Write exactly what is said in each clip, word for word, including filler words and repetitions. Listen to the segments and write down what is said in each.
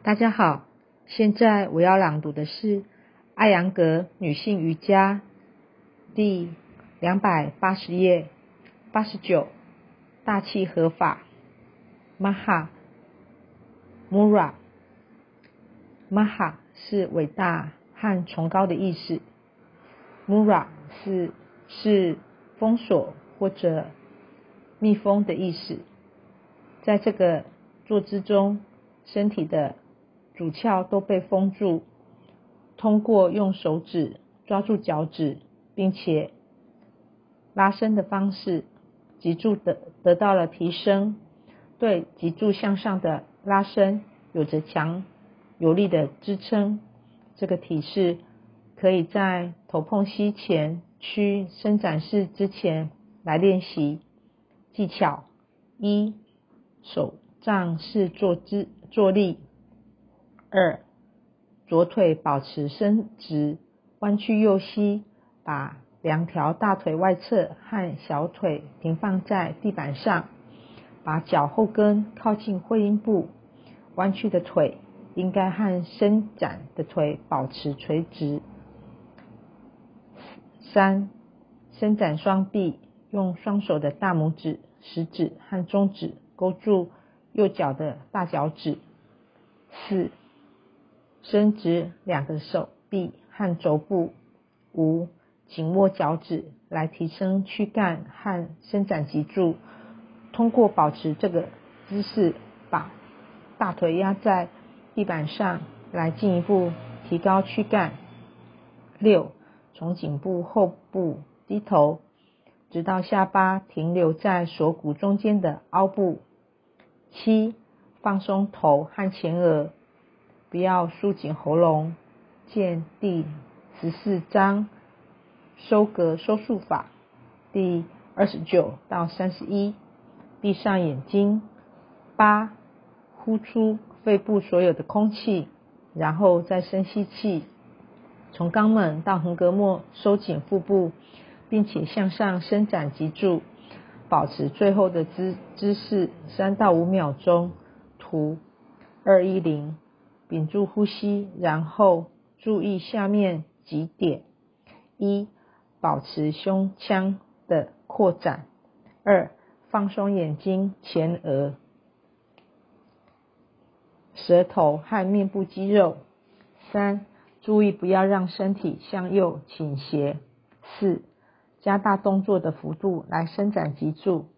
大家好，现在我要朗读的是艾扬格女性瑜伽第两百八十页八十九大气合法 Maha Mudra Maha 是伟大和崇高的意思， Mudra 是是封锁或者密封的意思。在这个坐姿中，身体的主窍都被封住，通过用手指抓住脚趾并且拉伸的方式，脊柱得得到了提升。对脊柱向上的拉伸有着强有力的支撑。这个体式可以在头碰膝前屈伸展式之前来练习。技巧一，手杖式坐姿坐立。二，左腿保持伸直，弯曲右膝，把两条大腿外侧和小腿平放在地板上，把脚后跟靠近会阴部，弯曲的腿应该和伸展的腿保持垂直。三，伸展双臂，用双手的大拇指、食指和中指勾住右脚的大脚趾。四，伸直两个手臂和肘部。五，紧握脚趾来提升躯干和伸展脊柱，通过保持这个姿势，把大腿压在地板上来进一步提高躯干。六，从颈部后部低头，直到下巴停留在锁骨中间的凹部。七，放松头和前额，不要束紧喉咙。见第十四章收格收束法第二十九到三十一。闭上眼睛。八，呼出肺部所有的空气，然后再深吸气，从肛门到横膈膜收紧腹部，并且向上伸展脊柱，保持最后的姿姿势三到五秒钟。图二一零，屏住呼吸，然后注意下面几点。一，保持胸腔的扩展。二，放松眼睛、前额、舌头和面部肌肉。三，注意不要让身体向右倾斜。四，加大动作的幅度来伸展脊柱。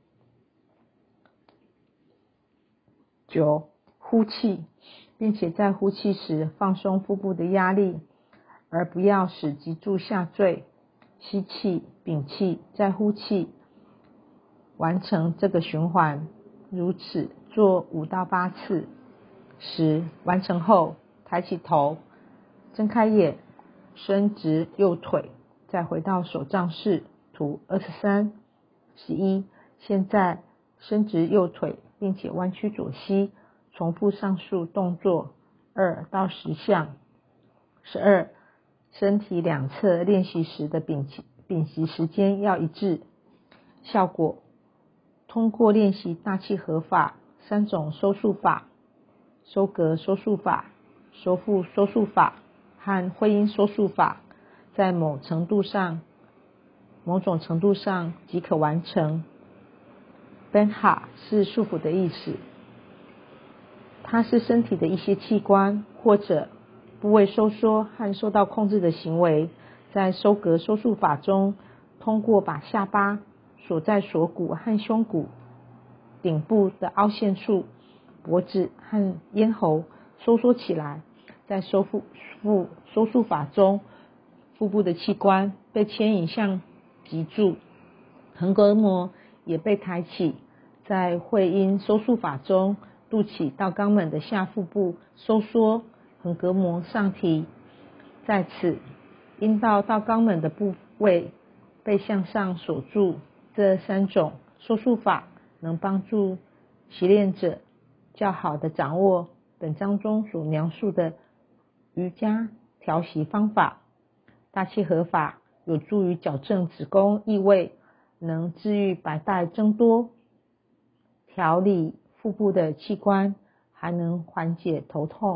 九，呼气，并且在呼气时放松腹部的压力，而不要使脊柱下坠。吸气，屏气，再呼气，完成这个循环，如此做五到八次。十，完成后抬起头，睁开眼，伸直右腿，再回到手杖式。图二十三。十一，现在伸直右腿，并且弯曲左膝，重复上述动作二到十项。十二，身体两侧练习时的屏息屏息时间要一致。效果，通过练习大气合法三种收束法，收格收束法、收腹收束法和会阴收束法，在某程度上某种程度上即可完成。Bandha 是束缚的意思，它是身体的一些器官或者部位收缩和受到控制的行为。在收格收束法中，通过把下巴锁在锁骨和胸骨顶部的凹陷处，脖子和咽喉收缩起来。在收腹收束法中，腹部的器官被牵引向脊柱，横膈膜也被抬起。在会阴收束法中，肚脐到肛门的下腹部收缩，横膈膜上提。在此，阴道到肛门的部位被向上锁住。这三种收束法能帮助习练者较好地掌握本章中所描述的瑜伽调息方法。大气合法有助于矫正子宫异位，能治愈白带增多，调理腹部的器官，还能缓解头痛。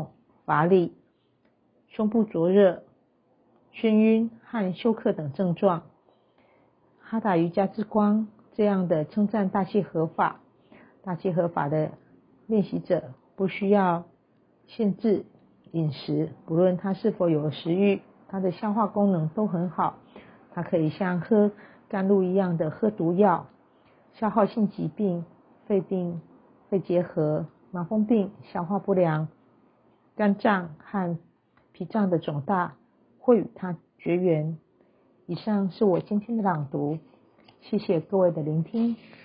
乏力、胸部灼热、眩晕和休克等症状。哈达瑜伽之光这样的称赞大气合法，大气合法的练习者不需要限制饮食，不论他是否有食欲，他的消化功能都很好，他可以像喝甘露一样的喝毒药。消耗性疾病、肺病、肺结核、麻风病、消化不良、肝脏和脾脏的肿大会与他绝缘。以上是我今天的朗读，谢谢各位的聆听。